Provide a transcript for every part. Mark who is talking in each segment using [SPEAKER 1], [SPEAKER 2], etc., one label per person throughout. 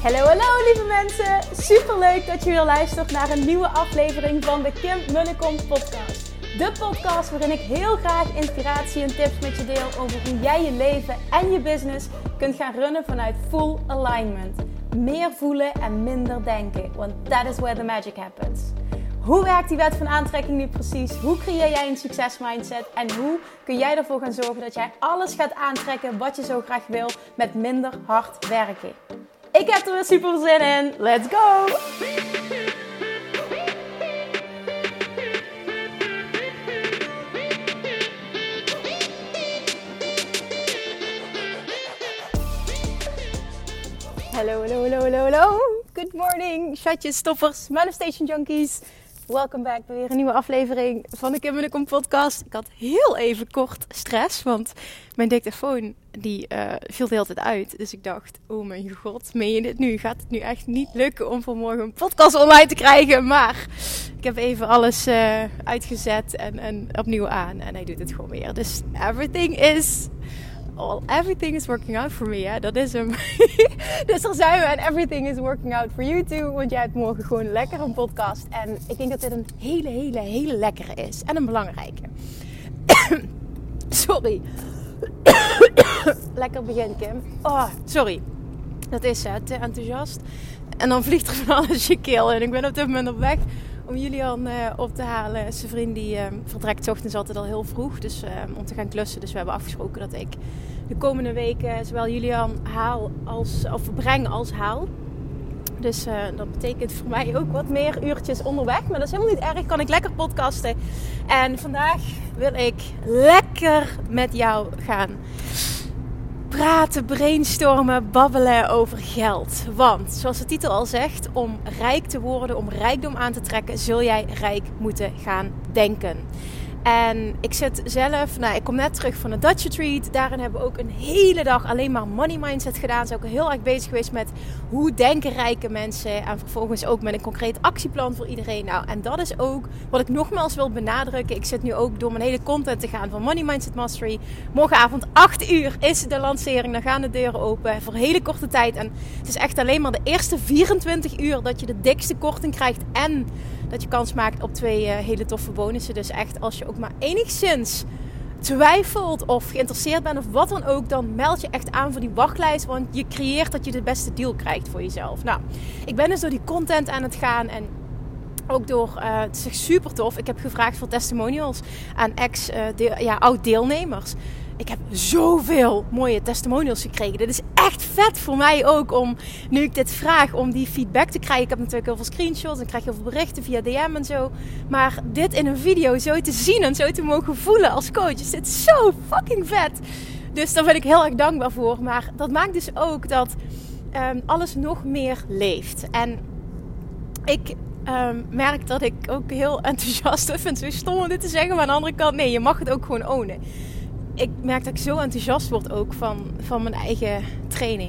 [SPEAKER 1] Hallo lieve mensen, superleuk dat je weer luistert naar een nieuwe aflevering van de Kim Munnekom podcast. De podcast waarin ik heel graag inspiratie en tips met je deel over hoe jij je leven en je business kunt gaan runnen vanuit full alignment. Meer voelen en minder denken, want that is where the magic happens. Hoe werkt die wet van aantrekking nu precies? Hoe creëer jij een succesmindset? En hoe kun jij ervoor gaan zorgen dat jij alles gaat aantrekken wat je zo graag wil met minder hard werken? Ik heb er weer super zin in. Let's go! Hallo. Good morning, chatjes, stoppers, manifestation junkies. Welkom back bij weer een nieuwe aflevering van de Kim Munnekom podcast. Ik had heel even kort stress, want mijn dictafoon die viel de hele tijd uit. Dus ik dacht, oh mijn god, meen je dit nu? Gaat het nu echt niet lukken om vanmorgen een podcast online te krijgen? Maar ik heb even alles uitgezet en opnieuw aan. En hij doet het gewoon weer. Dus everything is working out for me. Ja, dat is hem. Dus daar zijn we. En everything is working out for you too. Want jij hebt morgen gewoon lekker een podcast. En ik denk dat dit een hele lekkere is. En een belangrijke. Sorry. Lekker begin, Kim. Oh, sorry. Dat is het. Te enthousiast. En dan vliegt er van alles je keel in. Ik ben op dit moment op weg om Julian op te halen. Zijn vriend die vertrekt 's ochtends altijd al heel vroeg. Dus om te gaan klussen. Dus we hebben afgesproken dat ik de komende weken zowel Julian breng als haal. Dus dat betekent voor mij ook wat meer uurtjes onderweg. Maar dat is helemaal niet erg. Kan ik lekker podcasten. En vandaag wil ik lekker met jou gaan praten, brainstormen, babbelen over geld. Want, zoals de titel al zegt, om rijk te worden, om rijkdom aan te trekken, zul jij rijk moeten gaan denken. En ik zit zelf, ik kom net terug van een Dutch Retreat. Daarin hebben we ook een hele dag alleen maar money mindset gedaan. Zijn ook heel erg bezig geweest met hoe denken rijke mensen. En vervolgens ook met een concreet actieplan voor iedereen. Nou, en dat is ook wat ik nogmaals wil benadrukken. Ik zit nu ook door mijn hele content te gaan van Money Mindset Mastery. Morgenavond 8 uur is de lancering. Dan gaan de deuren open voor een hele korte tijd. En het is echt alleen maar de eerste 24 uur dat je de dikste korting krijgt. En dat je kans maakt op 2 hele toffe bonussen. Dus echt, als je ook maar enigszins twijfelt of geïnteresseerd bent of wat dan ook, dan meld je echt aan voor die wachtlijst. Want je creëert dat je de beste deal krijgt voor jezelf. Nou, ik ben dus door die content aan het gaan en ook door, het is echt super tof. Ik heb gevraagd voor testimonials aan oud-deelnemers. Ik heb zoveel mooie testimonials gekregen. Dit is echt vet voor mij ook om, nu ik dit vraag, om die feedback te krijgen. Ik heb natuurlijk heel veel screenshots en krijg heel veel berichten via DM en zo. Maar dit in een video zo te zien en zo te mogen voelen als coach, is dit zo fucking vet. Dus daar ben ik heel erg dankbaar voor. Maar dat maakt dus ook dat alles nog meer leeft. En ik merk dat ik ook heel enthousiast vind. Het is zo stom om dit te zeggen, maar aan de andere kant, nee, je mag het ook gewoon ownen. Ik merk dat ik zo enthousiast word ook van mijn eigen training.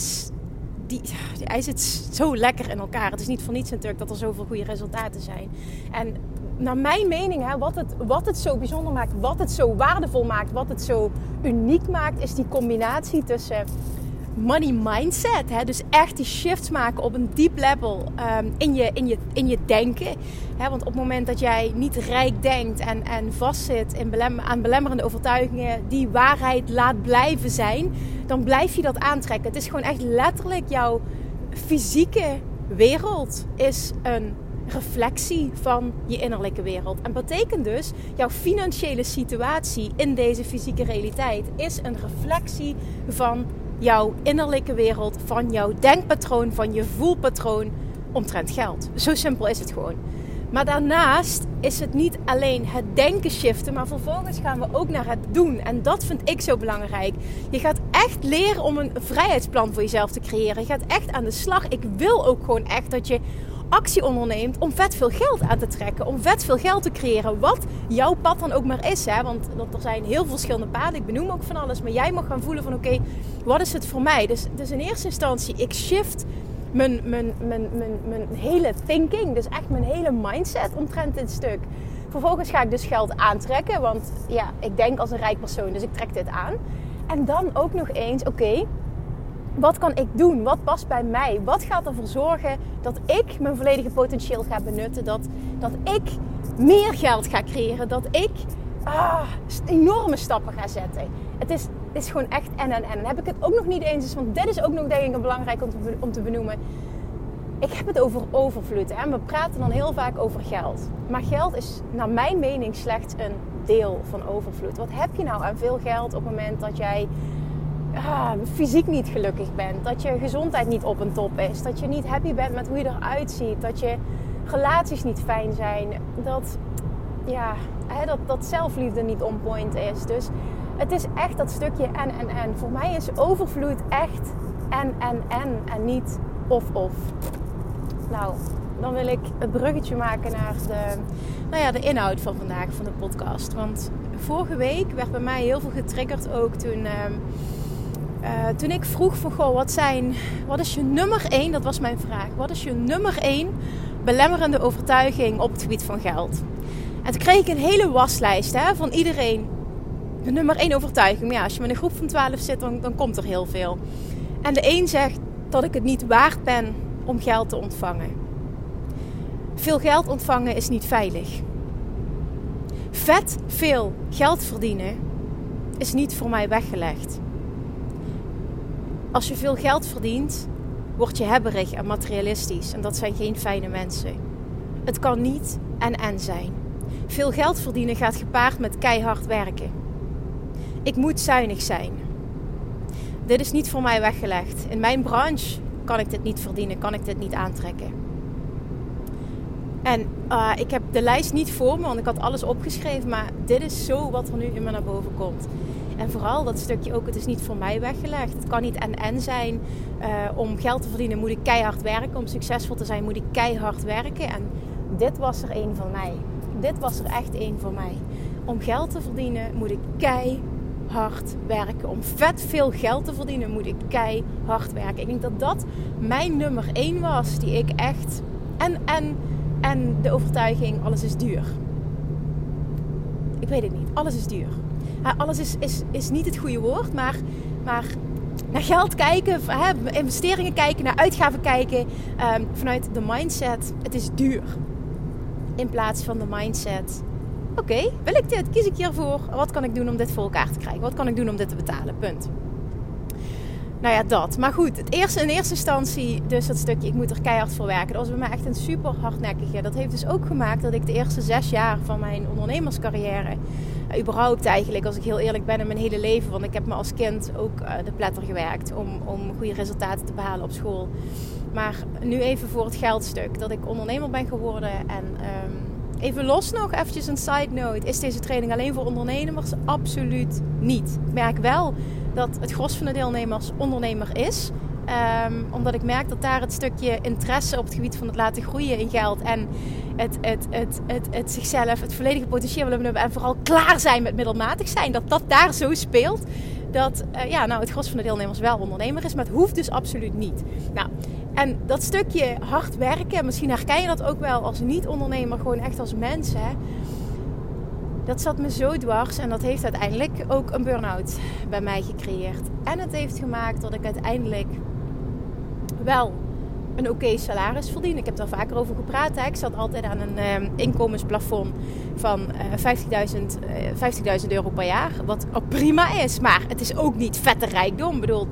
[SPEAKER 1] Hij zit zo lekker in elkaar. Het is niet voor niets natuurlijk dat er zoveel goede resultaten zijn. En naar mijn mening, wat het zo bijzonder maakt, wat het zo waardevol maakt, wat het zo uniek maakt, is die combinatie tussen money mindset. Dus echt die shifts maken op een diep level in je denken. Want op het moment dat jij niet rijk denkt en vastzit aan belemmerende overtuigingen, die waarheid laat blijven zijn, dan blijf je dat aantrekken. Het is gewoon echt letterlijk jouw fysieke wereld is een reflectie van je innerlijke wereld. En betekent dus, jouw financiële situatie in deze fysieke realiteit is een reflectie van jouw innerlijke wereld, van jouw denkpatroon, van je voelpatroon omtrent geld. Zo simpel is het gewoon. Maar daarnaast is het niet alleen het denken shiften, maar vervolgens gaan we ook naar het doen. En dat vind ik zo belangrijk. Je gaat echt leren om een vrijheidsplan voor jezelf te creëren. Je gaat echt aan de slag. Ik wil ook gewoon echt dat je actie onderneemt om vet veel geld aan te trekken. Om vet veel geld te creëren. Wat jouw pad dan ook maar is. Want er zijn heel veel verschillende paden. Ik benoem ook van alles. Maar jij mag gaan voelen van oké, wat is het voor mij? Dus in eerste instantie, ik shift mijn hele thinking. Dus echt mijn hele mindset omtrent dit stuk. Vervolgens ga ik dus geld aantrekken. Want ja, ik denk als een rijk persoon. Dus ik trek dit aan. En dan ook nog eens, oké, wat kan ik doen? Wat past bij mij? Wat gaat ervoor zorgen dat ik mijn volledige potentieel ga benutten? Dat ik meer geld ga creëren? Dat ik enorme stappen ga zetten? Het is gewoon echt en. Dan heb ik het ook nog niet eens. Want dit is ook nog denk ik belangrijk om te benoemen. Ik heb het over overvloed. Hè? We praten dan heel vaak over geld. Maar geld is naar mijn mening slechts een deel van overvloed. Wat heb je nou aan veel geld op het moment dat jij fysiek niet gelukkig bent? Dat je gezondheid niet op en top is? Dat je niet happy bent met hoe je eruit ziet? Dat je relaties niet fijn zijn? Dat zelfliefde niet on point is? Dus het is echt dat stukje en. Voor mij is overvloed echt en niet of. Nou, dan wil ik het bruggetje maken naar de inhoud van vandaag, van de podcast. Want vorige week werd bij mij heel veel getriggerd ook toen ik vroeg van, wat is je nummer 1, dat was mijn vraag. Wat is je nummer 1 belemmerende overtuiging op het gebied van geld? En toen kreeg ik een hele waslijst van iedereen. De nummer 1 overtuiging. Maar ja, als je met een groep van 12 zit, dan komt er heel veel. En de een zegt dat ik het niet waard ben om geld te ontvangen. Veel geld ontvangen is niet veilig. Vet veel geld verdienen is niet voor mij weggelegd. Als je veel geld verdient, word je hebberig en materialistisch. En dat zijn geen fijne mensen. Het kan niet en zijn. Veel geld verdienen gaat gepaard met keihard werken. Ik moet zuinig zijn. Dit is niet voor mij weggelegd. In mijn branche kan ik dit niet verdienen, kan ik dit niet aantrekken. En ik heb de lijst niet voor me, want ik had alles opgeschreven. Maar dit is zo wat er nu in me naar boven komt. En vooral dat stukje ook, het is niet voor mij weggelegd. Het kan niet en zijn. Om geld te verdienen moet ik keihard werken. Om succesvol te zijn moet ik keihard werken. En dit was er één van mij. Dit was er echt één voor mij. Om geld te verdienen moet ik keihard werken. Om vet veel geld te verdienen moet ik keihard werken. Ik denk dat dat mijn nummer 1 was. Die ik echt... En de overtuiging, alles is duur. Ik weet het niet. Alles is duur. Alles is niet het goede woord. Maar naar geld kijken. Investeringen kijken. Naar uitgaven kijken. Vanuit de mindset. Het is duur. In plaats van de mindset. Oké, wil ik dit? Kies ik hiervoor? Wat kan ik doen om dit voor elkaar te krijgen? Wat kan ik doen om dit te betalen? Punt. Nou ja, dat. Maar goed, in eerste instantie dus dat stukje, ik moet er keihard voor werken. Dat was bij mij echt een super hardnekkige. Dat heeft dus ook gemaakt dat ik de eerste 6 jaar van mijn ondernemerscarrière, überhaupt eigenlijk, als ik heel eerlijk ben, in mijn hele leven. Want ik heb me als kind ook de pletter gewerkt om goede resultaten te behalen op school. Maar nu even voor het geldstuk. Dat ik ondernemer ben geworden en... Even los nog, eventjes een side note. Is deze training alleen voor ondernemers? Absoluut niet. Ik merk wel dat het gros van de deelnemers ondernemer is. Omdat ik merk dat daar het stukje interesse op het gebied van het laten groeien in geld. En het zichzelf, het volledige potentieel willen hebben. En vooral klaar zijn met middelmatig zijn. Dat daar zo speelt. Dat het gros van de deelnemers wel ondernemer is. Maar het hoeft dus absoluut niet. Nou... En dat stukje hard werken, misschien herken je dat ook wel als niet-ondernemer, gewoon echt als mens. Hè? Dat zat me zo dwars en dat heeft uiteindelijk ook een burn-out bij mij gecreëerd. En het heeft gemaakt dat ik uiteindelijk wel een oké salaris verdien. Ik heb daar vaker over gepraat. Hè? Ik zat altijd aan een inkomensplafond van 50.000 euro per jaar. Wat ook prima is, maar het is ook niet vette rijkdom. Ik bedoel,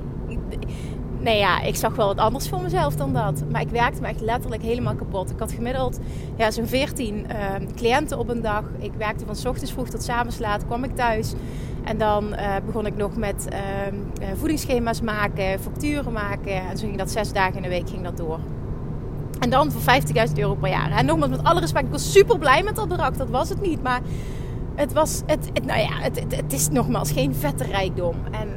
[SPEAKER 1] ik zag wel wat anders voor mezelf dan dat. Maar ik werkte me echt letterlijk helemaal kapot. Ik had gemiddeld zo'n 14 cliënten op een dag. Ik werkte van 's ochtends vroeg tot 's avonds laat. Kwam ik thuis. En dan begon ik nog met voedingsschema's maken, facturen maken. En zo ging dat 6 dagen in de week ging dat door. En dan voor 50.000 euro per jaar. En nogmaals, met alle respect, ik was super blij met dat bedrag. Dat was het niet. Maar het is nogmaals geen vette rijkdom.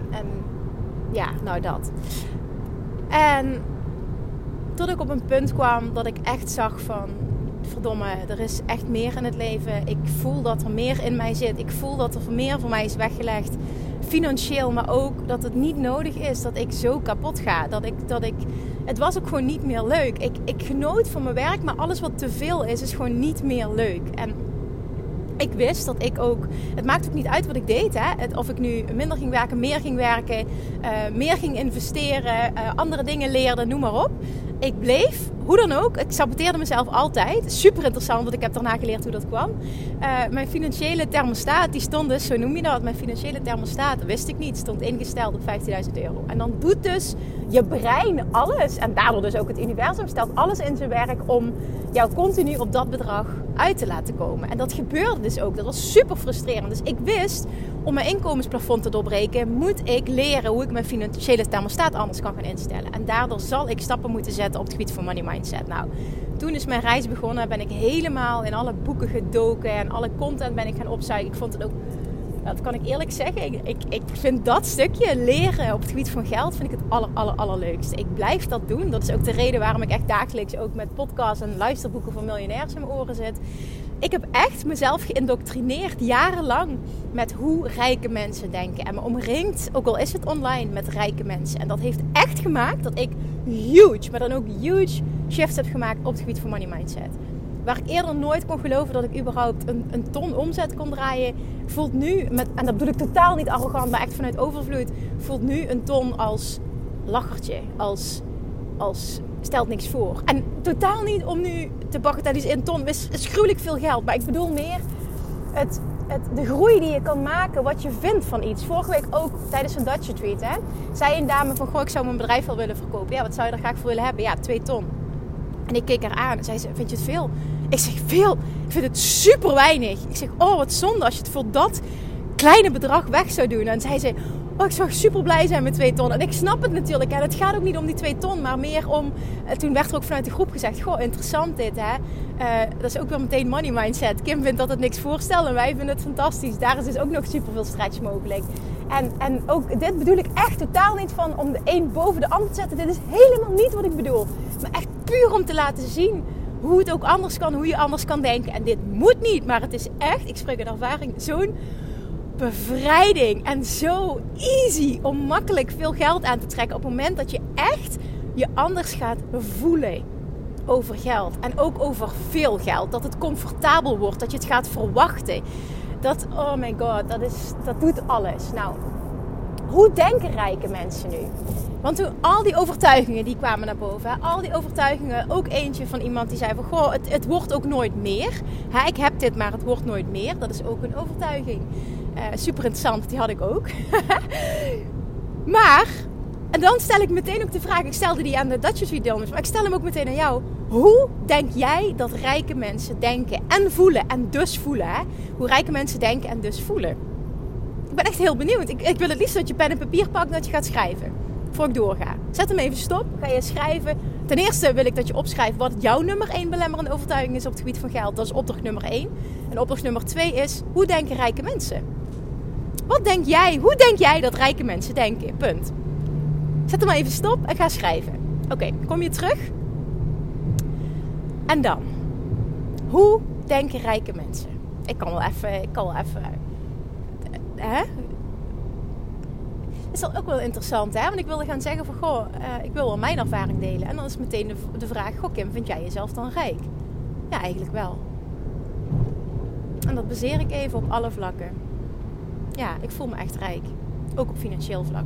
[SPEAKER 1] Dat. En tot ik op een punt kwam dat ik echt zag van... Verdomme, er is echt meer in het leven. Ik voel dat er meer in mij zit. Ik voel dat er meer voor mij is weggelegd. Financieel, maar ook dat het niet nodig is dat ik zo kapot ga. Het was ook gewoon niet meer leuk. Ik genoot van mijn werk, maar alles wat te veel is gewoon niet meer leuk. En Ik wist dat ik ook... Het maakt ook niet uit wat ik deed. Hè? Of ik nu minder ging werken, meer ging werken, meer ging investeren, andere dingen leerde, noem maar op. Ik bleef, hoe dan ook, ik saboteerde mezelf altijd. Super interessant, want ik heb daarna geleerd hoe dat kwam. Mijn financiële thermostaat, die stond dus, zo noem je dat, mijn financiële thermostaat, dat wist ik niet, stond ingesteld op €15.000. En dan doet dus je brein alles, en daardoor dus ook het universum, stelt alles in zijn werk om jou continu op dat bedrag uit te laten komen. En dat gebeurde dus ook. Dat was super frustrerend. Dus ik wist, om mijn inkomensplafond te doorbreken, moet ik leren hoe ik mijn financiële thermostaat anders kan gaan instellen. En daardoor zal ik stappen moeten zetten op het gebied van money mindset. Nou, toen is mijn reis begonnen. Ben ik helemaal in alle boeken gedoken en alle content ben ik gaan opzuigen. Ik vond het ook, dat kan ik eerlijk zeggen, ik vind dat stukje leren op het gebied van geld vind ik het allerleukste. Ik blijf dat doen. Dat is ook de reden waarom ik echt dagelijks ook met podcasts en luisterboeken van miljonairs in mijn oren zit. Ik heb echt mezelf geïndoctrineerd jarenlang met hoe rijke mensen denken. En me omringd, ook al is het online, met rijke mensen. En dat heeft echt gemaakt dat ik huge, maar dan ook huge shifts heb gemaakt op het gebied van money mindset. Waar ik eerder nooit kon geloven dat ik überhaupt een ton omzet kon draaien, voelt nu, en dat bedoel ik totaal niet arrogant, maar echt vanuit overvloed, voelt nu een ton als lachertje, als stelt niks voor. En totaal niet om nu te bagatelliseren, een ton is gruwelijk veel geld, maar ik bedoel meer de groei die je kan maken, wat je vindt van iets. Vorige week ook tijdens een Dutch Retreat, hè, zei een dame van, goh, ik zou mijn bedrijf wel willen verkopen. Ja, wat zou je er graag voor willen hebben? Ja, 2 ton. En ik keek haar aan en zei ze, vind je het veel? Ik zeg, veel? Ik vind het super weinig. Ik zeg, oh wat zonde als je het voor dat kleine bedrag weg zou doen. En zei ze, oh ik zou super blij zijn met 2 ton. En ik snap het natuurlijk. En het gaat ook niet om die 2 ton, maar meer om... Toen werd er ook vanuit de groep gezegd, goh, interessant dit hè. Dat is ook weer meteen money mindset. Kim vindt dat het niks voorstelt en wij vinden het fantastisch. Daar is dus ook nog super veel stretch mogelijk. En ook dit bedoel ik echt totaal niet van om de een boven de ander te zetten. Dit is helemaal niet wat ik bedoel. Maar echt puur om te laten zien hoe het ook anders kan, hoe je anders kan denken. En dit moet niet, maar het is echt, ik spreek uit ervaring, zo'n bevrijding. En zo easy om makkelijk veel geld aan te trekken op het moment dat je echt je anders gaat voelen over geld. En ook over veel geld. Dat het comfortabel wordt, dat je het gaat verwachten. Dat, oh my god, dat doet alles. Nou, hoe denken rijke mensen nu? Want toen al die overtuigingen die kwamen naar boven. Hè, al die overtuigingen, ook eentje van iemand die zei van, goh, het wordt ook nooit meer. Hè, ik heb dit, maar het wordt nooit meer. Dat is ook een overtuiging. Super interessant, die had ik ook. Maar, en dan stel ik meteen ook de vraag, ik stelde die aan de Dutch Retreat deelnemers, maar ik stel hem ook meteen aan jou. Hoe denk jij dat rijke mensen denken en voelen? En dus voelen, hè? Hoe rijke mensen denken en dus voelen. Ik ben echt heel benieuwd. Ik wil het liefst dat je pen en papier pakt en dat je gaat schrijven. Voor ik doorga. Zet hem even stop. Ga je schrijven. Ten eerste wil ik dat je opschrijft wat jouw nummer 1 belemmerende overtuiging is op het gebied van geld. Dat is opdracht nummer 1. En opdracht nummer 2 is, hoe denken rijke mensen? Wat denk jij? Hoe denk jij dat rijke mensen denken? Punt. Zet hem maar even stop en ga schrijven. Oké, kom je terug? En dan. Hoe denken rijke mensen? Ik kan wel even... Hè? Is dat ook wel interessant, hè? Want ik wilde gaan zeggen van, goh, ik wil wel mijn ervaring delen. En dan is meteen de vraag, goh Kim, vind jij jezelf dan rijk? Ja, eigenlijk wel. En dat baseer ik even op alle vlakken. Ja, ik voel me echt rijk. Ook op financieel vlak.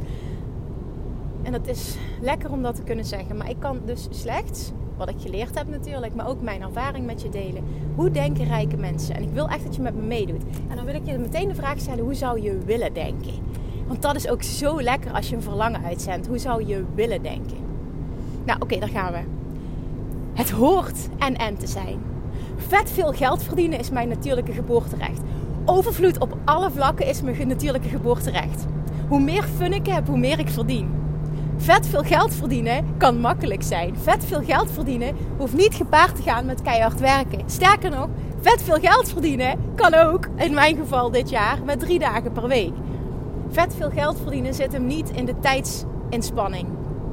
[SPEAKER 1] En dat is lekker om dat te kunnen zeggen. Maar ik kan dus slechts, wat ik geleerd heb natuurlijk, maar ook mijn ervaring met je delen. Hoe denken rijke mensen? En ik wil echt dat je met me meedoet. En dan wil ik je meteen de vraag stellen, hoe zou je willen denken? Want dat is ook zo lekker als je een verlangen uitzendt. Hoe zou je willen denken? Nou, oké, daar gaan we. Het hoort en te zijn. Vet veel geld verdienen is mijn natuurlijke geboorterecht. Overvloed op alle vlakken is mijn natuurlijke geboorterecht. Hoe meer fun ik heb, hoe meer ik verdien. Vet veel geld verdienen kan makkelijk zijn. Vet veel geld verdienen hoeft niet gepaard te gaan met keihard werken. Sterker nog, vet veel geld verdienen kan ook, in mijn geval dit jaar, met 3 dagen per week. Vet veel geld verdienen zit hem niet in de tijdsinspanning.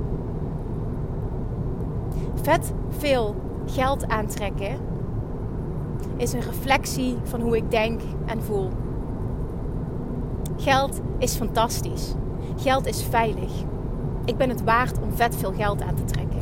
[SPEAKER 1] Vet veel geld aantrekken is een reflectie van hoe ik denk en voel. Geld is fantastisch. Geld is veilig. Ik ben het waard om vet veel geld aan te trekken.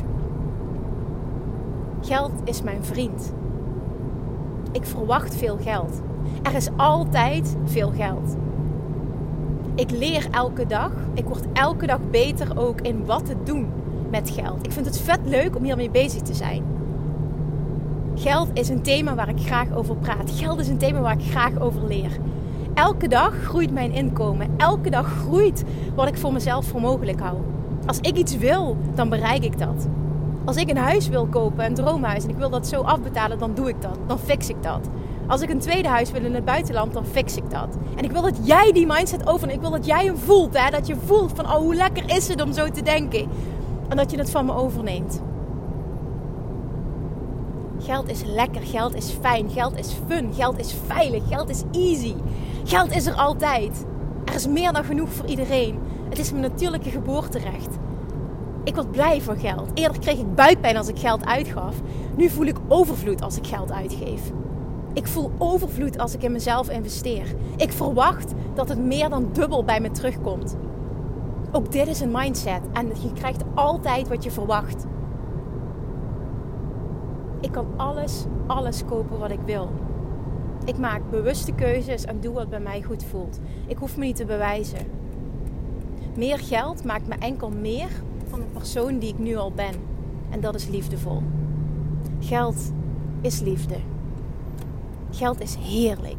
[SPEAKER 1] Geld is mijn vriend. Ik verwacht veel geld. Er is altijd veel geld. Ik leer elke dag. Ik word elke dag beter ook in wat te doen met geld. Ik vind het vet leuk om hiermee bezig te zijn. Geld is een thema waar ik graag over praat. Geld is een thema waar ik graag over leer. Elke dag groeit mijn inkomen. Elke dag groeit wat ik voor mezelf voor mogelijk hou. Als ik iets wil, dan bereik ik dat. Als ik een huis wil kopen, een droomhuis, en ik wil dat zo afbetalen, dan doe ik dat. Dan fix ik dat. Als ik een tweede huis wil in het buitenland, dan fix ik dat. En ik wil dat jij die mindset overneemt. Ik wil dat jij hem voelt. Hè? Dat je voelt van, hoe lekker is het om zo te denken. En dat je het van me overneemt. Geld is lekker, geld is fijn, geld is fun, geld is veilig, geld is easy. Geld is er altijd. Er is meer dan genoeg voor iedereen. Het is mijn natuurlijke geboorterecht. Ik word blij van geld. Eerder kreeg ik buikpijn als ik geld uitgaf. Nu voel ik overvloed als ik geld uitgeef. Ik voel overvloed als ik in mezelf investeer. Ik verwacht dat het meer dan dubbel bij me terugkomt. Ook dit is een mindset. En je krijgt altijd wat je verwacht. Ik kan alles kopen wat ik wil. Ik maak bewuste keuzes en doe wat bij mij goed voelt. Ik hoef me niet te bewijzen. Meer geld maakt me enkel meer van de persoon die ik nu al ben. En dat is liefdevol. Geld is liefde. Geld is heerlijk.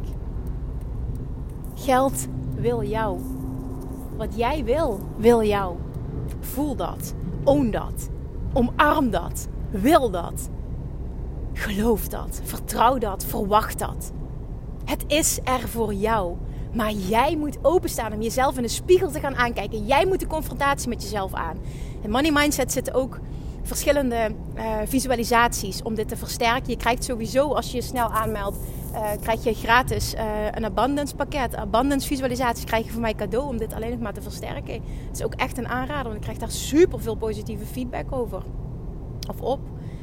[SPEAKER 1] Geld wil jou. Wat jij wil jou. Voel dat. Own dat. Omarm dat. Wil dat. Geloof dat. Vertrouw dat. Verwacht dat. Het is er voor jou. Maar jij moet openstaan om jezelf in de spiegel te gaan aankijken. Jij moet de confrontatie met jezelf aan. In Money Mindset zitten ook verschillende visualisaties om dit te versterken. Je krijgt sowieso, als je je snel aanmeldt, krijg je gratis een abundance pakket. Abundance visualisaties krijg je van mij cadeau om dit alleen nog maar te versterken. Het is ook echt een aanrader, want ik krijg daar super veel positieve feedback over. Of op.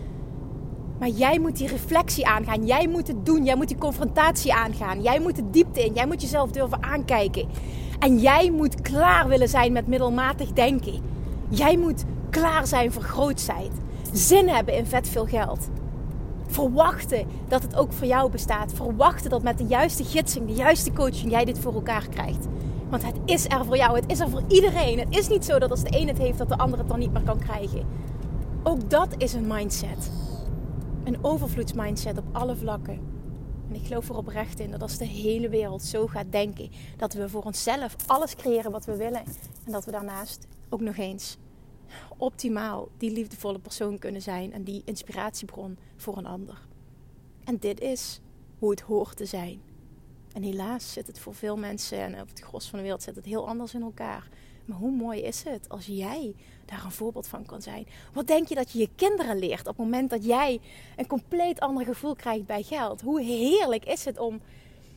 [SPEAKER 1] Maar jij moet die reflectie aangaan. Jij moet het doen. Jij moet die confrontatie aangaan. Jij moet de diepte in. Jij moet jezelf durven aankijken. En jij moet klaar willen zijn met middelmatig denken. Jij moet klaar zijn voor grootsheid. Zin hebben in vet veel geld. Verwachten dat het ook voor jou bestaat. Verwachten dat met de juiste gidsing, de juiste coaching, jij dit voor elkaar krijgt. Want het is er voor jou. Het is er voor iedereen. Het is niet zo dat als de een het heeft, dat de ander het dan niet meer kan krijgen. Ook dat is een mindset. Een overvloedsmindset op alle vlakken. En ik geloof er oprecht in dat als de hele wereld zo gaat denken, dat we voor onszelf alles creëren wat we willen. En dat we daarnaast ook nog eens optimaal die liefdevolle persoon kunnen zijn. En die inspiratiebron voor een ander. En dit is hoe het hoort te zijn. En helaas zit het voor veel mensen en op het gros van de wereld zit het heel anders in elkaar. Maar hoe mooi is het als jij daar een voorbeeld van kan zijn? Wat denk je dat je je kinderen leert op het moment dat jij een compleet ander gevoel krijgt bij geld? Hoe heerlijk is het om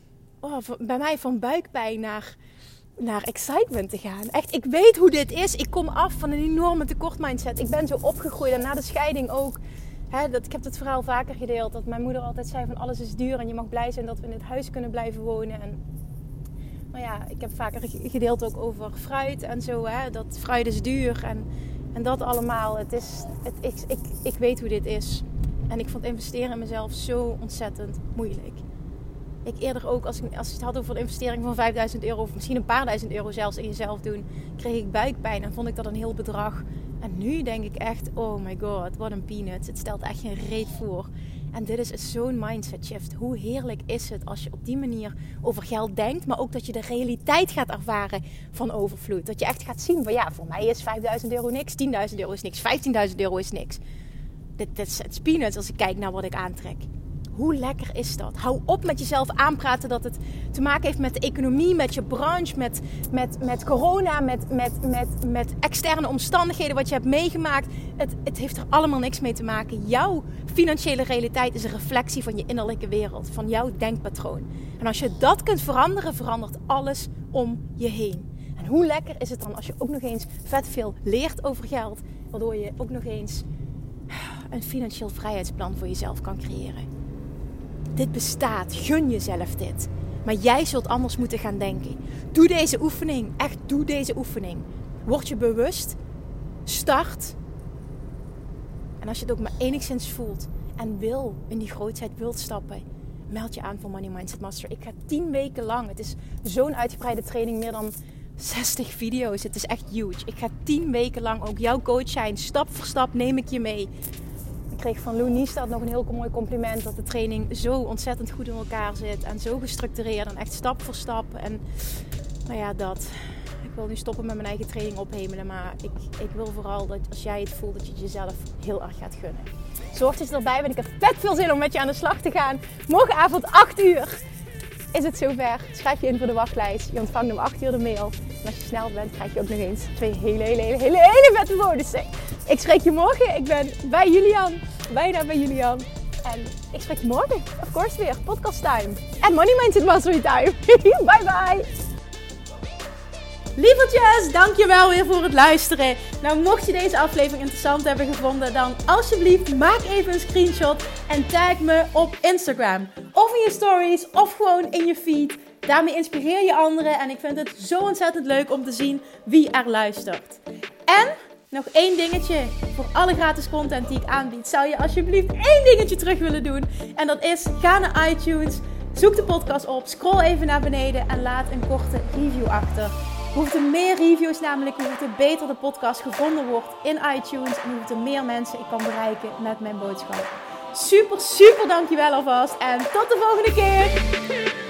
[SPEAKER 1] bij mij van buikpijn naar excitement te gaan? Echt, ik weet hoe dit is. Ik kom af van een enorme tekortmindset. Ik ben zo opgegroeid en na de scheiding ook. Ik heb het verhaal vaker gedeeld. Dat mijn moeder altijd zei van alles is duur en je mag blij zijn dat we in het huis kunnen blijven wonen. En nou ja, ik heb vaker gedeeld ook over fruit en zo. Dat fruit is duur en dat allemaal. Ik weet hoe dit is. En ik vond investeren in mezelf zo ontzettend moeilijk. Ik eerder ook, als je het had over een investering van €5.000... of misschien een paar duizend euro zelfs in jezelf doen, kreeg ik buikpijn en vond ik dat een heel bedrag. En nu denk ik echt, oh my god, wat een peanuts. Het stelt echt geen reet voor. En dit is zo'n mindset shift. Hoe heerlijk is het als je op die manier over geld denkt, maar ook dat je de realiteit gaat ervaren van overvloed. Dat je echt gaat zien van ja, voor mij is €5.000 niks, €10.000 is niks, €15.000 is niks. Dit is peanuts als ik kijk naar wat ik aantrek. Hoe lekker is dat? Hou op met jezelf aanpraten dat het te maken heeft met de economie, met je branche, met corona, met externe omstandigheden, wat je hebt meegemaakt. Het heeft er allemaal niks mee te maken. Jouw financiële realiteit is een reflectie van je innerlijke wereld, van jouw denkpatroon. En als je dat kunt veranderen, verandert alles om je heen. En hoe lekker is het dan als je ook nog eens vet veel leert over geld, waardoor je ook nog eens een financieel vrijheidsplan voor jezelf kan creëren. Dit bestaat. Gun jezelf dit. Maar jij zult anders moeten gaan denken. Doe deze oefening. Echt, doe deze oefening. Word je bewust. Start. En als je het ook maar enigszins voelt en wil in die grootheid wilt stappen, meld je aan voor Money Mindset Master. Ik ga 10 weken lang. Het is zo'n uitgebreide training, meer dan 60 video's. Het is echt huge. Ik ga 10 weken lang ook jouw coach zijn. Stap voor stap neem ik je mee. Ik kreeg van Lou Niestad nog een heel mooi compliment dat de training zo ontzettend goed in elkaar zit. En zo gestructureerd en echt stap voor stap. En nou ja, dat. Ik wil nu stoppen met mijn eigen training ophemelen. Maar ik wil vooral dat als jij het voelt, dat je het jezelf heel erg gaat gunnen. Zorg dat je erbij bent. Ik heb vet veel zin om met je aan de slag te gaan. Morgenavond 8 uur is het zover. Schrijf je in voor de wachtlijst. Je ontvangt om 8 uur de mail. En als je snel bent, krijg je ook nog eens 2 hele vette bonussen. Ik spreek je morgen. Ik ben bij Julian. Bijna bij Julian. En ik spreek je morgen. Of course weer. Podcast time. En Money Mindset Mastery time. Bye bye. Lievertjes, dankjewel weer voor het luisteren. Nou, mocht je deze aflevering interessant hebben gevonden, dan alsjeblieft maak even een screenshot en tag me op Instagram. Of in je stories, of gewoon in je feed. Daarmee inspireer je anderen en ik vind het zo ontzettend leuk om te zien wie er luistert. En nog 1 dingetje voor alle gratis content die ik aanbied. Zou je alsjeblieft 1 dingetje terug willen doen? En dat is, ga naar iTunes, zoek de podcast op, scroll even naar beneden en laat een korte review achter. Hoe er meer reviews namelijk, hoe er beter de podcast gevonden wordt in iTunes. En hoe er meer mensen ik kan bereiken met mijn boodschap. Super dankjewel alvast. En tot de volgende keer.